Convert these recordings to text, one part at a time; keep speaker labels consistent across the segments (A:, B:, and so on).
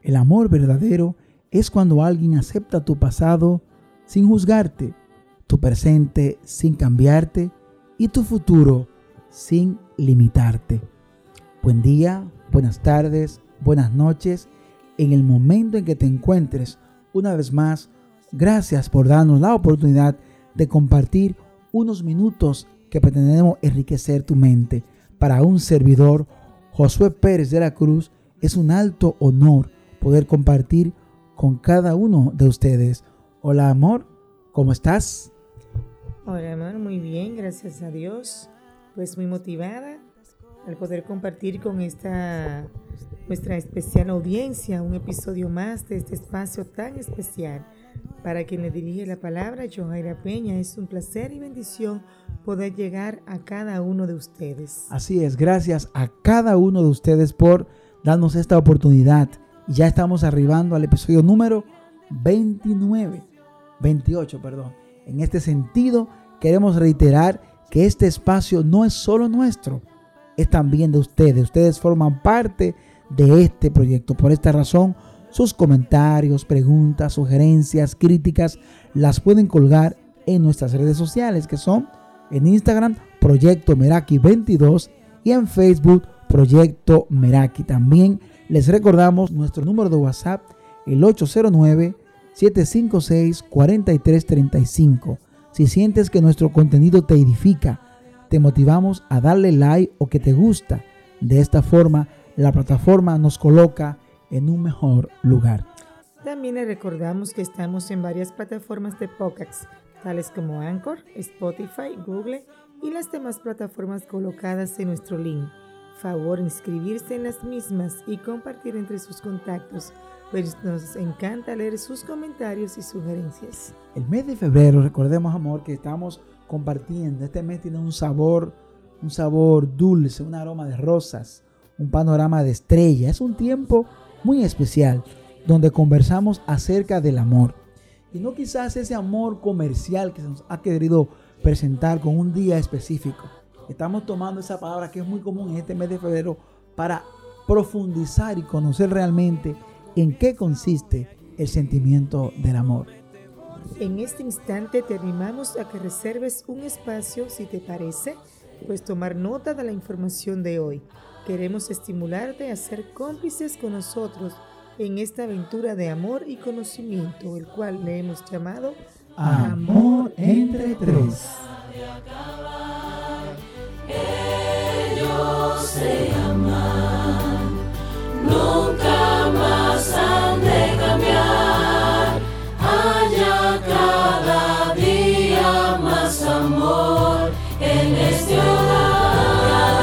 A: El amor verdadero es cuando alguien acepta tu pasado sin juzgarte, tu presente sin cambiarte y tu futuro sin limitarte. Buen día, buenas tardes, buenas noches. En el momento en que te encuentres, una vez más, gracias por darnos la oportunidad de compartir unos minutos que pretendemos enriquecer tu mente. Para un servidor, Josué Pérez de la Cruz, es un alto honor poder compartir con cada uno de ustedes. Hola, amor, ¿cómo estás?
B: Hola, amor, muy bien, gracias a Dios. Pues muy motivada al poder compartir con nuestra especial audiencia un episodio más de este espacio tan especial. Para quien le dirige la palabra, Johaira Peña, es un placer y bendición poder llegar a cada uno de ustedes.
A: Así es, gracias a cada uno de ustedes por darnos esta oportunidad. Y ya estamos arribando al episodio número 28. En este sentido, queremos reiterar que este espacio no es solo nuestro, es también de ustedes. Ustedes forman parte de este proyecto. Por esta razón, sus comentarios, preguntas, sugerencias, críticas, las pueden colgar en nuestras redes sociales, que son en Instagram, Proyecto Meraki 22, y en Facebook, Proyecto Meraki. También les recordamos nuestro número de WhatsApp, el 809-756-4335. Si sientes que nuestro contenido te edifica, te motivamos a darle like o que te gusta. De esta forma, la plataforma nos coloca en un mejor lugar.
B: También les recordamos que estamos en varias plataformas de podcasts, tales como Anchor, Spotify, Google y las demás plataformas colocadas en nuestro link. Favor inscribirse en las mismas y compartir entre sus contactos, pues nos encanta leer sus comentarios y sugerencias.
A: El mes de febrero, recordemos, amor, que estamos compartiendo. Este mes tiene un sabor dulce, un aroma de rosas, un panorama de estrellas. Es un tiempo muy especial donde conversamos acerca del amor. Y no quizás ese amor comercial que se nos ha querido presentar con un día específico. Estamos tomando esa palabra que es muy común en este mes de febrero para profundizar y conocer realmente en qué consiste el sentimiento del amor.
B: En este instante te animamos a que reserves un espacio, si te parece, pues tomar nota de la información de hoy. Queremos estimularte a ser cómplices con nosotros en esta aventura de amor y conocimiento, el cual le hemos llamado
A: Amor entre tres.
C: Ellos se aman, nunca más han de cambiar. Haya cada día más amor en este hogar.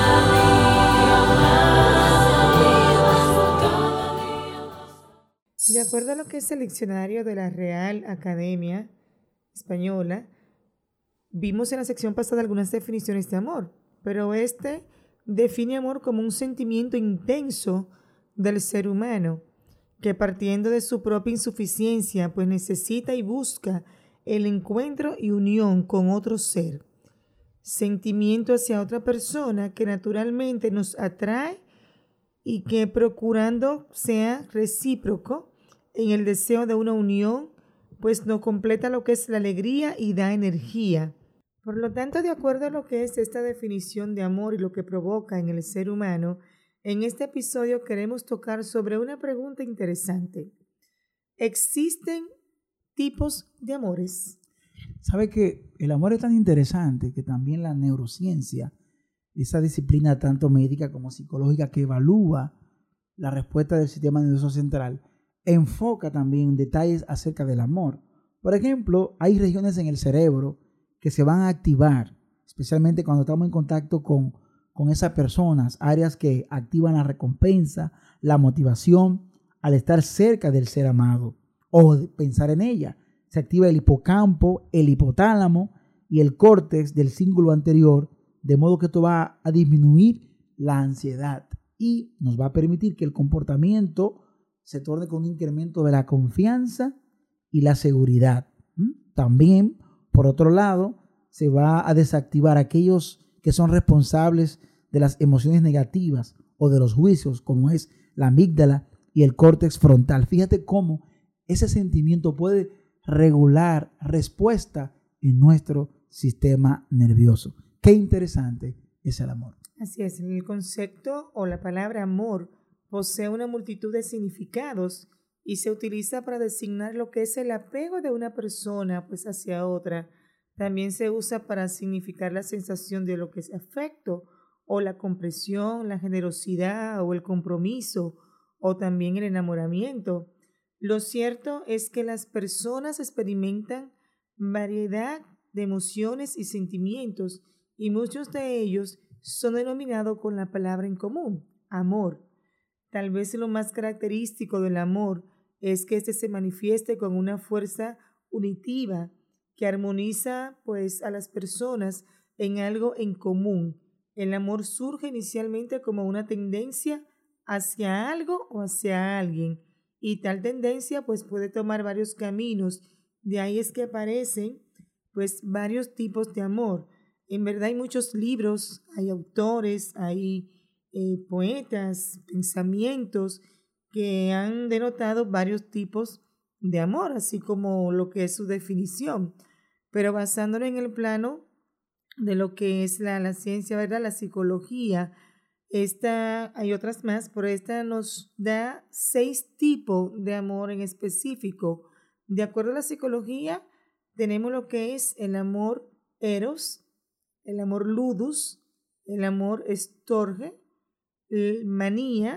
C: Cada día más.
B: De acuerdo a lo que es el diccionario de la Real Academia Española, vimos en la sección pasada algunas definiciones de amor, pero este define amor como un sentimiento intenso del ser humano que, partiendo de su propia insuficiencia, pues necesita y busca el encuentro y unión con otro ser. Sentimiento hacia otra persona que naturalmente nos atrae y que, procurando sea recíproco en el deseo de una unión, pues nos completa lo que es la alegría y da energía. Por lo tanto, de acuerdo a lo que es esta definición de amor y lo que provoca en el ser humano, en este episodio queremos tocar sobre una pregunta interesante. ¿Existen tipos de amores?
A: ¿Sabe que el amor es tan interesante que también la neurociencia, esa disciplina tanto médica como psicológica que evalúa la respuesta del sistema nervioso central, enfoca también detalles acerca del amor? Por ejemplo, hay regiones en el cerebro que se van a activar, especialmente cuando estamos en contacto con esas personas, áreas que activan la recompensa, la motivación al estar cerca del ser amado o pensar en ella. Se activa el hipocampo, el hipotálamo y el córtex del cíngulo anterior, de modo que esto va a disminuir la ansiedad y nos va a permitir que el comportamiento se torne con un incremento de la confianza y la seguridad. También, por otro lado, se va a desactivar aquellos que son responsables de las emociones negativas o de los juicios, como es la amígdala y el córtex frontal. Fíjate cómo ese sentimiento puede regular respuesta en nuestro sistema nervioso. Qué interesante es el amor.
B: Así es, el concepto o la palabra amor posee una multitud de significados y se utiliza para designar lo que es el apego de una persona pues hacia otra. También se usa para significar la sensación de lo que es afecto o la comprensión, la generosidad o el compromiso o también el enamoramiento. Lo cierto es que las personas experimentan variedad de emociones y sentimientos y muchos de ellos son denominados con la palabra en común, amor. Tal vez lo más característico del amor es que se manifieste con una fuerza unitiva que armoniza pues a las personas en algo en común. El amor surge inicialmente como una tendencia hacia algo o hacia alguien y tal tendencia pues puede tomar varios caminos. De ahí es que aparecen pues varios tipos de amor. En verdad hay muchos libros, hay autores, hay poetas, pensamientos que han denotado varios tipos de amor, así como lo que es su definición. Pero basándolo en el plano de lo que es la ciencia, ¿verdad? La psicología, hay otras más, pero esta nos da 6 tipos de amor en específico. De acuerdo a la psicología, tenemos lo que es el amor eros, el amor ludus, el amor estorge, el manía,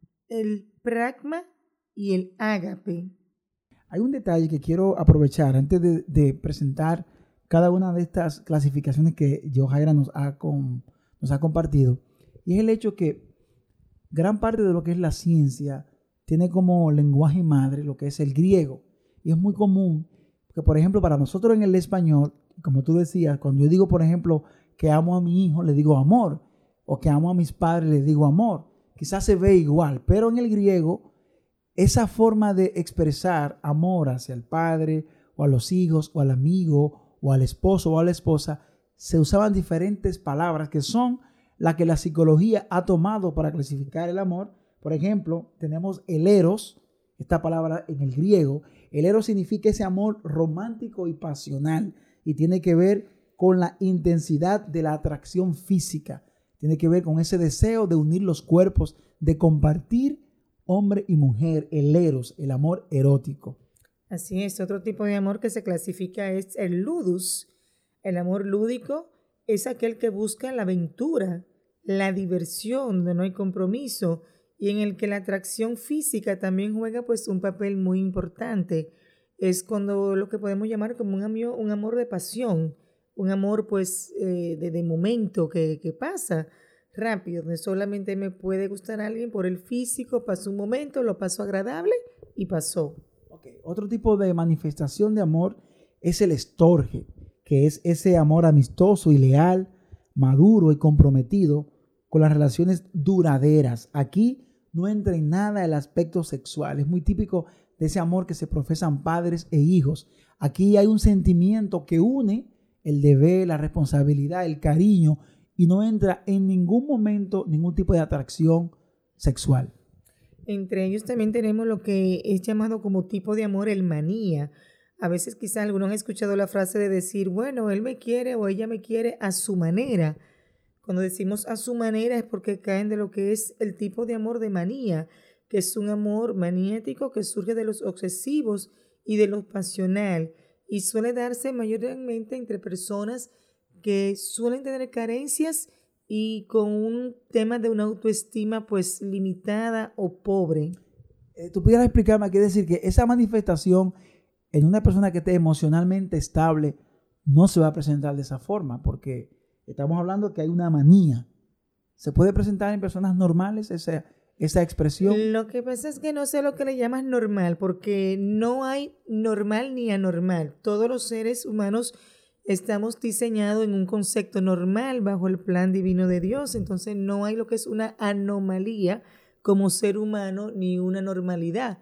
B: el pragma y el ágape.
A: Hay un detalle que quiero aprovechar antes de presentar cada una de estas clasificaciones que Yohaira nos ha compartido, y es el hecho que gran parte de lo que es la ciencia tiene como lenguaje madre lo que es el griego, y es muy común que, por ejemplo, para nosotros en el español, como tú decías, cuando yo digo, por ejemplo, que amo a mi hijo, le digo amor, o que amo a mis padres, le digo amor. Quizás se ve igual, pero en el griego, esa forma de expresar amor hacia el padre, o a los hijos, o al amigo, o al esposo, o a la esposa, se usaban diferentes palabras que son las que la psicología ha tomado para clasificar el amor. Por ejemplo, tenemos el eros, esta palabra en el griego. El eros significa ese amor romántico y pasional, y tiene que ver con la intensidad de la atracción física. Tiene que ver con ese deseo de unir los cuerpos, de compartir hombre y mujer, el eros, el amor erótico.
B: Así es, otro tipo de amor que se clasifica es el ludus. El amor lúdico es aquel que busca la aventura, la diversión, donde no hay compromiso y en el que la atracción física también juega pues un papel muy importante. Es cuando lo que podemos llamar como un amor de pasión, un amor pues de momento que pasa rápido, donde solamente me puede gustar a alguien por el físico, pasó un momento, lo pasó agradable y pasó.
A: Okay. Otro tipo de manifestación de amor es el estorge, que es ese amor amistoso y leal, maduro y comprometido con las relaciones duraderas. Aquí no entra en nada el aspecto sexual, es muy típico de ese amor que se profesan padres e hijos. Aquí hay un sentimiento que une el deber, la responsabilidad, el cariño, y no entra en ningún momento ningún tipo de atracción sexual.
B: Entre ellos también tenemos lo que es llamado como tipo de amor el manía. A veces quizás algunos han escuchado la frase de decir, bueno, él me quiere o ella me quiere a su manera. Cuando decimos a su manera es porque caen de lo que es el tipo de amor de manía, que es un amor maniático que surge de los obsesivos y de lo pasional y suele darse mayormente entre personas que suelen tener carencias y con un tema de una autoestima pues limitada o pobre.
A: ¿Tú pudieras explicarme qué decir? Que esa manifestación en una persona que esté emocionalmente estable no se va a presentar de esa forma, porque estamos hablando que hay una manía. ¿Se puede presentar en personas normales esa expresión?
B: Lo que pasa es que no sé lo que le llamas normal, porque no hay normal ni anormal. Todos los seres humanos estamos diseñados en un concepto normal bajo el plan divino de Dios, entonces no hay lo que es una anomalía como ser humano ni una normalidad.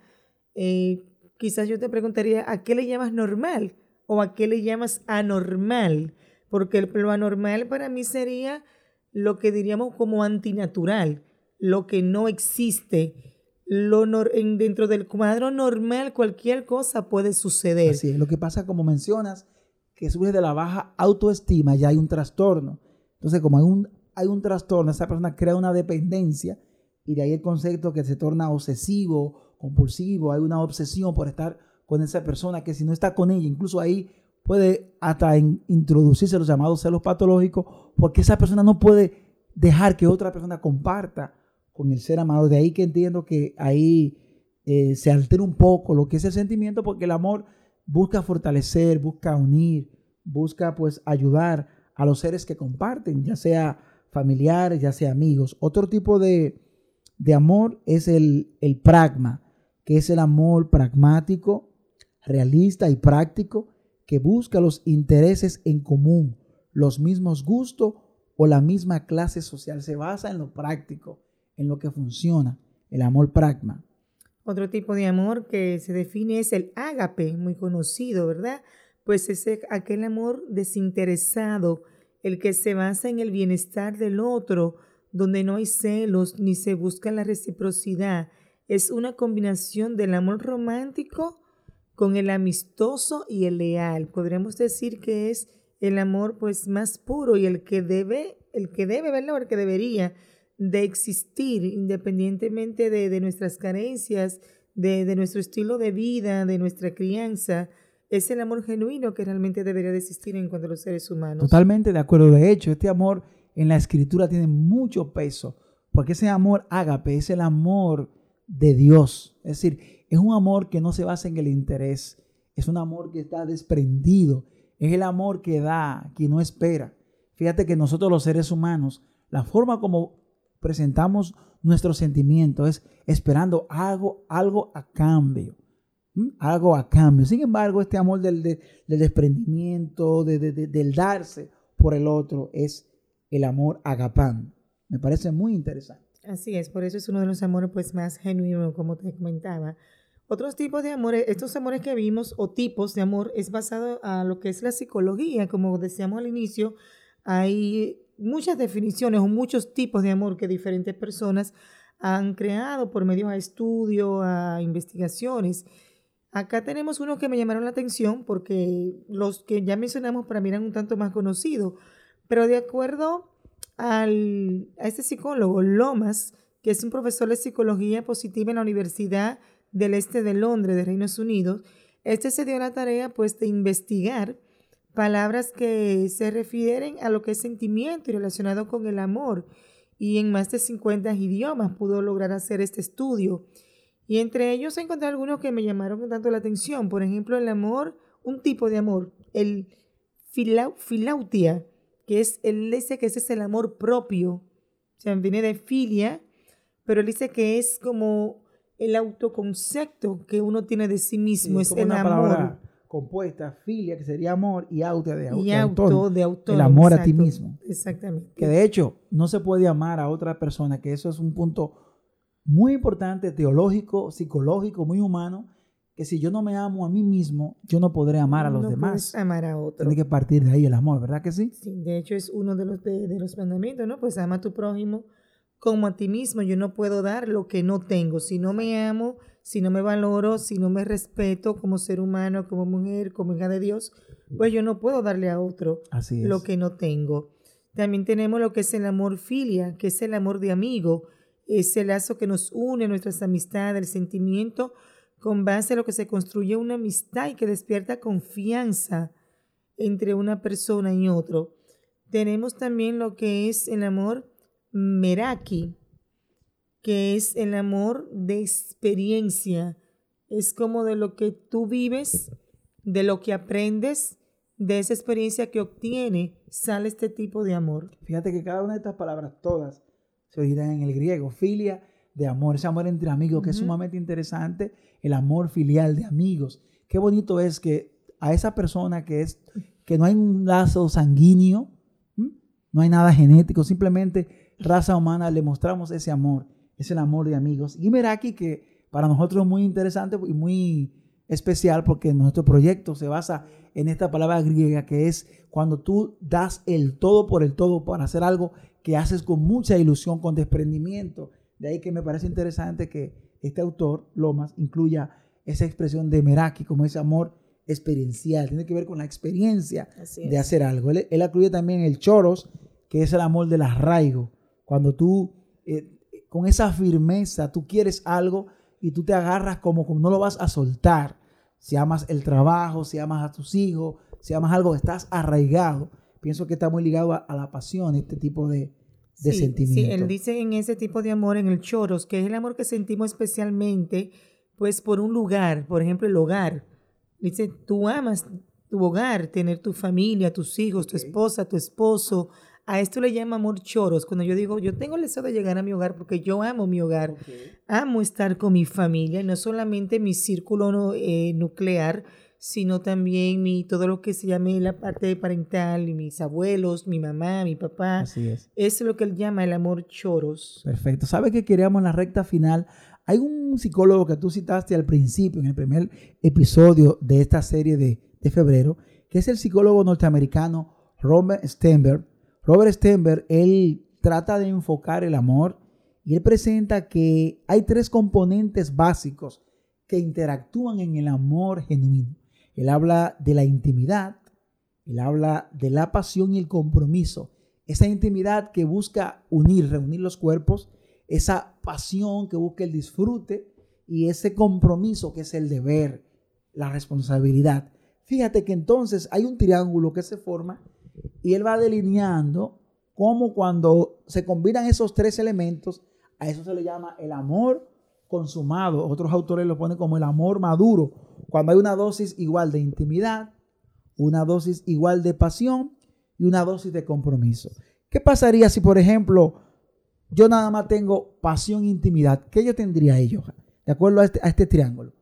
B: Quizás yo te preguntaría, ¿a qué le llamas normal o a qué le llamas anormal? Porque lo anormal para mí sería lo que diríamos como antinatural, lo que no existe, dentro del cuadro normal cualquier cosa puede suceder.
A: Así es. Lo que pasa, como mencionas, que surge de la baja autoestima, ya hay un trastorno. Entonces, como hay un trastorno, esa persona crea una dependencia y de ahí el concepto que se torna obsesivo, compulsivo, hay una obsesión por estar con esa persona que si no está con ella, incluso ahí puede hasta introducirse los llamados celos patológicos porque esa persona no puede dejar que otra persona comparta con el ser amado. De ahí que entiendo que ahí se altera un poco lo que es el sentimiento, porque el amor busca fortalecer, busca unir, busca pues ayudar a los seres que comparten, ya sea familiares, ya sea amigos. Otro tipo de amor es el pragma, que es el amor pragmático, realista y práctico, que busca los intereses en común, los mismos gustos o la misma clase social. Se basa en lo práctico, en lo que funciona, el amor pragma.
B: Otro tipo de amor que se define es el ágape, muy conocido, ¿verdad? Pues es aquel amor desinteresado, el que se basa en el bienestar del otro, donde no hay celos ni se busca la reciprocidad. Es una combinación del amor romántico con el amistoso y el leal. Podríamos decir que es el amor pues más puro y el que debe, ¿verdad? O el que debería de existir independientemente de nuestras carencias, de nuestro estilo de vida, de nuestra crianza. Es el amor genuino que realmente debería de existir en cuanto a los seres humanos.
A: Totalmente de acuerdo. De hecho, este amor en la Escritura tiene mucho peso, porque ese amor ágape es el amor de Dios. Es decir, es un amor que no se basa en el interés, es un amor que está desprendido, es el amor que da, que no espera. Fíjate que nosotros los seres humanos, la forma como presentamos nuestros sentimientos es esperando algo a cambio. Algo a cambio. Sin embargo, este amor del desprendimiento, del darse por el otro, es el amor agapán. Me parece muy interesante.
B: Así es, por eso es uno de los amores pues más genuinos, como te comentaba. Otros tipos de amores, estos amores que vimos o tipos de amor es basado a lo que es la psicología. Como decíamos al inicio, hay muchas definiciones o muchos tipos de amor que diferentes personas han creado por medio de estudios, a investigaciones. Acá tenemos uno que me llamaron la atención porque los que ya mencionamos para mí eran un tanto más conocidos, pero de acuerdo a este psicólogo, Lomas, que es un profesor de psicología positiva en la Universidad del Este de Londres, de Reinos Unidos, se dio la tarea pues de investigar palabras que se refieren a lo que es sentimiento y relacionado con el amor, y en más de 50 idiomas pudo lograr hacer este estudio. Y entre ellos encontré algunos que me llamaron tanto la atención. Por ejemplo, el amor, un tipo de amor, el filautia, él dice que ese es el amor propio. O sea, viene de filia, pero él dice que es como el autoconcepto que uno tiene de sí mismo. Sí, es como el
A: una
B: amor.
A: Palabra compuesta, filia, que sería amor, y auto de autor.
B: Y auto de autor.
A: El amor, exacto, a ti mismo.
B: Exactamente.
A: Que de hecho no se puede amar a otra persona, que eso es un punto muy importante, teológico, psicológico, muy humano, que si yo no me amo a mí mismo, yo no podré amar a los demás.
B: No amar a otro.
A: Tiene que partir de ahí el amor, ¿verdad que sí?
B: Sí, de hecho es uno de los mandamientos, ¿no? Pues ama a tu prójimo como a ti mismo. Yo no puedo dar lo que no tengo. Si no me amo, si no me valoro, si no me respeto como ser humano, como mujer, como hija de Dios, pues yo no puedo darle a otro lo que no tengo. También tenemos lo que es el amor filia, que es el amor de amigo. Es el lazo que nos une, nuestras amistades, el sentimiento con base a lo que se construye una amistad y que despierta confianza entre una persona y otro. Tenemos también lo que es el amor meraki, que es el amor de experiencia. Es como de lo que tú vives, de lo que aprendes, de esa experiencia que obtiene, sale este tipo de amor.
A: Fíjate que cada una de estas palabras, todas, se originan en el griego. Filia, de amor, ese amor entre amigos, que es sumamente interesante, el amor filial de amigos. Qué bonito es que a esa persona que no hay un lazo sanguíneo, no hay nada genético, simplemente raza humana, le mostramos ese amor, es el amor de amigos. Y Meraki, que para nosotros es muy interesante y muy especial, porque nuestro proyecto se basa en esta palabra griega, que es cuando tú das el todo por el todo para hacer algo que haces con mucha ilusión, con desprendimiento, De ahí que me parece interesante que este autor, Lomas, incluya esa expresión de Meraki como ese amor experiencial. Tiene que ver con la experiencia de hacer algo. Él incluye también el choros, que es el amor del arraigo. Cuando tú, con esa firmeza, tú quieres algo y tú te agarras como no lo vas a soltar. Si amas el trabajo, si amas a tus hijos, si amas algo, estás arraigado. Pienso que está muy ligado a la pasión, este tipo de sentimiento.
B: Sí, él dice en ese tipo de amor, en el choros, que es el amor que sentimos especialmente, pues por un lugar, por ejemplo, el hogar. Dice, tú amas tu hogar, tener tu familia, tus hijos, tu esposa, tu esposo. A esto le llama amor choros. Cuando yo digo, yo tengo el deseo de llegar a mi hogar porque yo amo mi hogar. Amo estar con mi familia, y no solamente mi círculo nuclear, sino también todo lo que se llame la parte parental, y mis abuelos, mi mamá, mi papá.
A: Así es.
B: Eso es lo que él llama el amor choros.
A: Perfecto. ¿Sabe qué queríamos en la recta final? Hay un psicólogo que tú citaste al principio, en el primer episodio de esta serie de febrero, que es el psicólogo norteamericano Robert Sternberg. Robert Sternberg, él trata de enfocar el amor y él presenta que hay 3 componentes básicos que interactúan en el amor genuino. Él habla de la intimidad, él habla de la pasión y el compromiso. Esa intimidad que busca reunir los cuerpos, esa pasión que busca el disfrute y ese compromiso que es el deber, la responsabilidad. Fíjate que entonces hay un triángulo que se forma y él va delineando cómo cuando se combinan esos 3 elementos, a eso se le llama el amor consumado. Otros autores lo ponen como el amor maduro, cuando hay una dosis igual de intimidad, una dosis igual de pasión y una dosis de compromiso. ¿Qué pasaría si, por ejemplo, yo nada más tengo pasión e intimidad? ¿Qué yo tendría ahí, Johan? De acuerdo a este triángulo.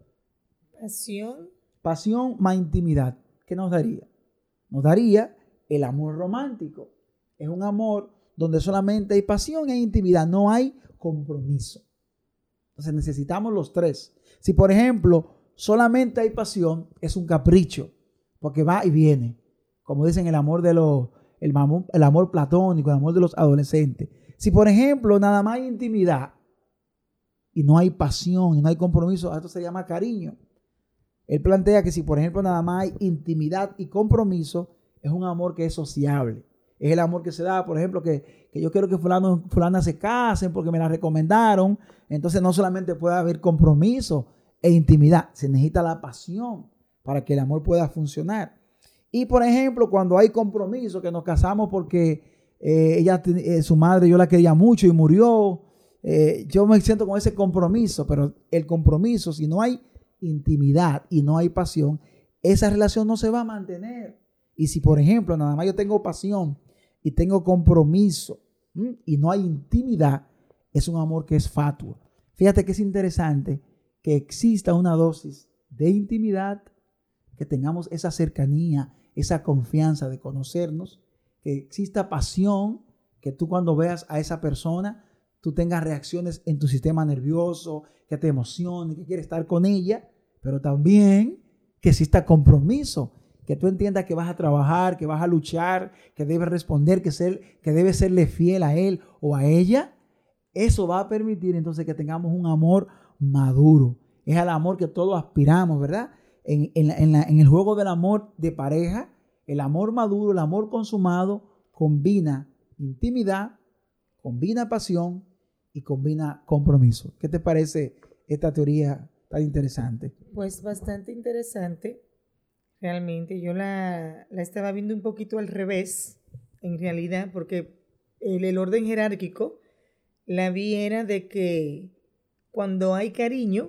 A: Pasión más intimidad. ¿Qué nos daría? Nos daría el amor romántico. Es un amor donde solamente hay pasión e intimidad, no hay compromiso. Entonces necesitamos los 3. Si, por ejemplo, solamente hay pasión, es un capricho, porque va y viene. Como dicen, el amor platónico, el amor de los adolescentes. Si, por ejemplo, nada más hay intimidad y no hay pasión y no hay compromiso, esto se llama cariño. Él plantea que si, por ejemplo, nada más hay intimidad y compromiso, es un amor que es sociable. Es el amor que se da, por ejemplo, que yo quiero que fulana se casen porque me la recomendaron. Entonces no solamente puede haber compromiso e intimidad, se necesita la pasión para que el amor pueda funcionar. Y, por ejemplo, cuando hay compromiso, que nos casamos porque su madre, yo la quería mucho y murió, yo me siento con ese compromiso, pero el compromiso, si no hay intimidad y no hay pasión, esa relación no se va a mantener. Y si, por ejemplo, nada más yo tengo pasión y tengo compromiso y no hay intimidad, es un amor que es fatuo. Fíjate que es interesante que exista una dosis de intimidad, que tengamos esa cercanía, esa confianza de conocernos, que exista pasión, que tú cuando veas a esa persona, tú tengas reacciones en tu sistema nervioso, que te emocione, que quieres estar con ella, pero también que exista compromiso, que tú entiendas que vas a trabajar, que vas a luchar, que debes responder, que debes serle fiel a él o a ella. Eso va a permitir entonces que tengamos un amor maduro. Es al amor que todos aspiramos, ¿verdad? En el juego del amor de pareja, el amor maduro, el amor consumado, combina intimidad, combina pasión y combina compromiso. ¿Qué te parece esta teoría tan interesante?
B: Pues bastante interesante. Realmente yo la estaba viendo un poquito al revés, en realidad, porque el orden jerárquico la vi era de que cuando hay cariño,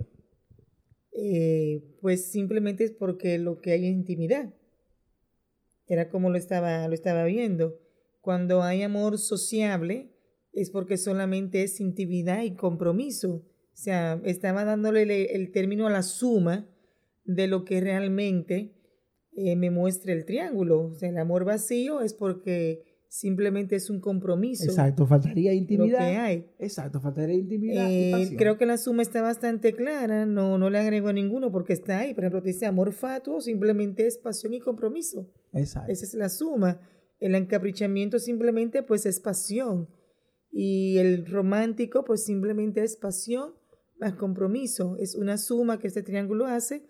B: pues simplemente es porque lo que hay es intimidad. Era como lo estaba viendo. Cuando hay amor sociable, es porque solamente es intimidad y compromiso. O sea, estaba dándole el término a la suma de lo que realmente me muestra el triángulo. O sea, el amor vacío es porque simplemente es un compromiso.
A: Exacto, faltaría intimidad.
B: Lo que hay.
A: Exacto, faltaría intimidad y pasión.
B: Creo que la suma está bastante clara, no le agrego a ninguno porque está ahí. Por ejemplo, dice amor fatuo, simplemente es pasión y compromiso.
A: Exacto.
B: Esa es la suma. El encaprichamiento simplemente pues es pasión. Y el romántico pues simplemente es pasión más compromiso. Es una suma que este triángulo hace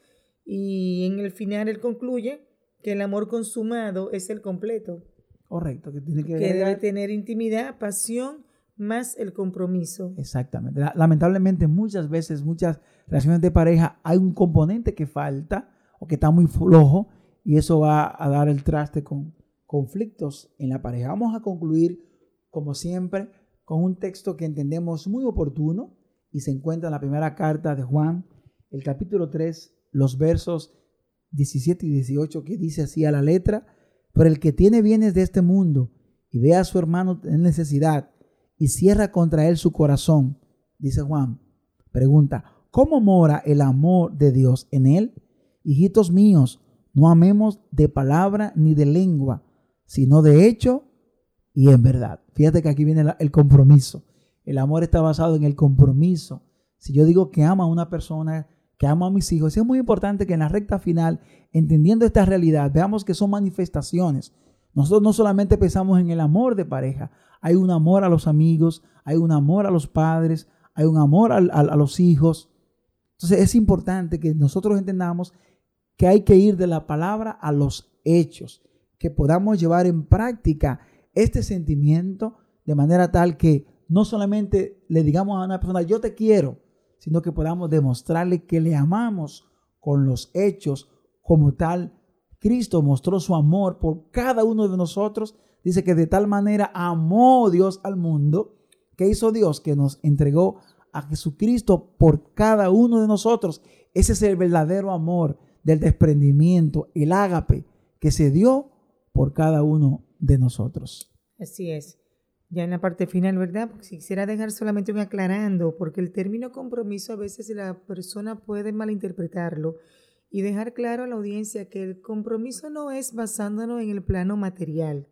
B: y en el final él concluye que el amor consumado es el completo.
A: Correcto, que tiene que
B: Que debe
A: agregar-
B: tener intimidad, pasión más el compromiso.
A: Exactamente. Lamentablemente muchas veces, muchas relaciones de pareja, hay un componente que falta o que está muy flojo y eso va a dar el traste con conflictos en la pareja. Vamos a concluir, como siempre, con un texto que entendemos muy oportuno y se encuentra en la primera carta de Juan, el capítulo 3, los versos 17 y 18, que dice así a la letra: pero el que tiene bienes de este mundo y ve a su hermano en necesidad y cierra contra él su corazón, dice Juan, pregunta, ¿cómo mora el amor de Dios en él? Hijitos míos, no amemos de palabra ni de lengua, sino de hecho y en verdad. Fíjate que aquí viene el compromiso. El amor está basado en el compromiso. Si yo digo que amo a una persona, que amo a mis hijos, es muy importante que en la recta final, entendiendo esta realidad, veamos que son manifestaciones. Nosotros no solamente pensamos en el amor de pareja, hay un amor a los amigos, hay un amor a los padres, hay un amor a los hijos. Entonces es importante que nosotros entendamos que hay que ir de la palabra a los hechos, que podamos llevar en práctica este sentimiento de manera tal que no solamente le digamos a una persona yo te quiero, sino que podamos demostrarle que le amamos con los hechos. Como tal, Cristo mostró su amor por cada uno de nosotros. Dice que de tal manera amó Dios al mundo, que hizo Dios que nos entregó a Jesucristo por cada uno de nosotros. Ese es el verdadero amor del desprendimiento, el ágape que se dio por cada uno de nosotros.
B: Así es. Ya en la parte final, ¿verdad? Porque quisiera dejar solamente un aclarando, porque el término compromiso a veces la persona puede malinterpretarlo y dejar claro a la audiencia que el compromiso no es basándonos en el plano material.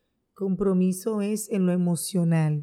B: Compromiso es en lo emocional.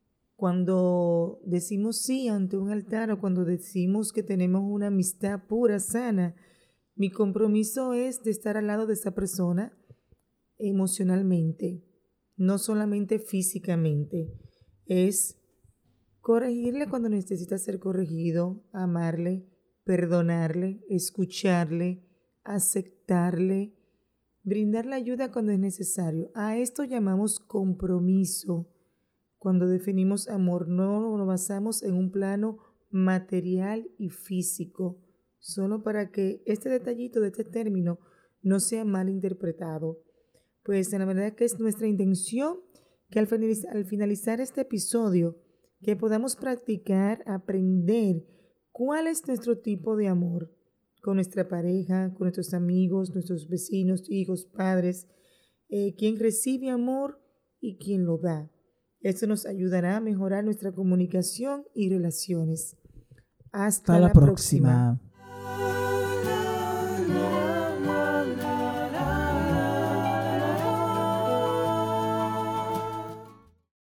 B: Cuando decimos sí ante un altar o cuando decimos que tenemos una amistad pura, sana, mi compromiso es de estar al lado de esa persona emocionalmente, no solamente físicamente. Es corregirle cuando necesita ser corregido, amarle, perdonarle, escucharle, aceptarle, brindarle ayuda cuando es necesario. A esto llamamos compromiso. Cuando definimos amor, no lo basamos en un plano material y físico, solo para que este detallito de este término no sea mal interpretado. Pues la verdad que es nuestra intención que al finalizar este episodio, que podamos practicar, aprender cuál es nuestro tipo de amor con nuestra pareja, con nuestros amigos, nuestros vecinos, hijos, padres, quién recibe amor y quién lo da. Esto nos ayudará a mejorar nuestra comunicación y relaciones. Hasta la próxima.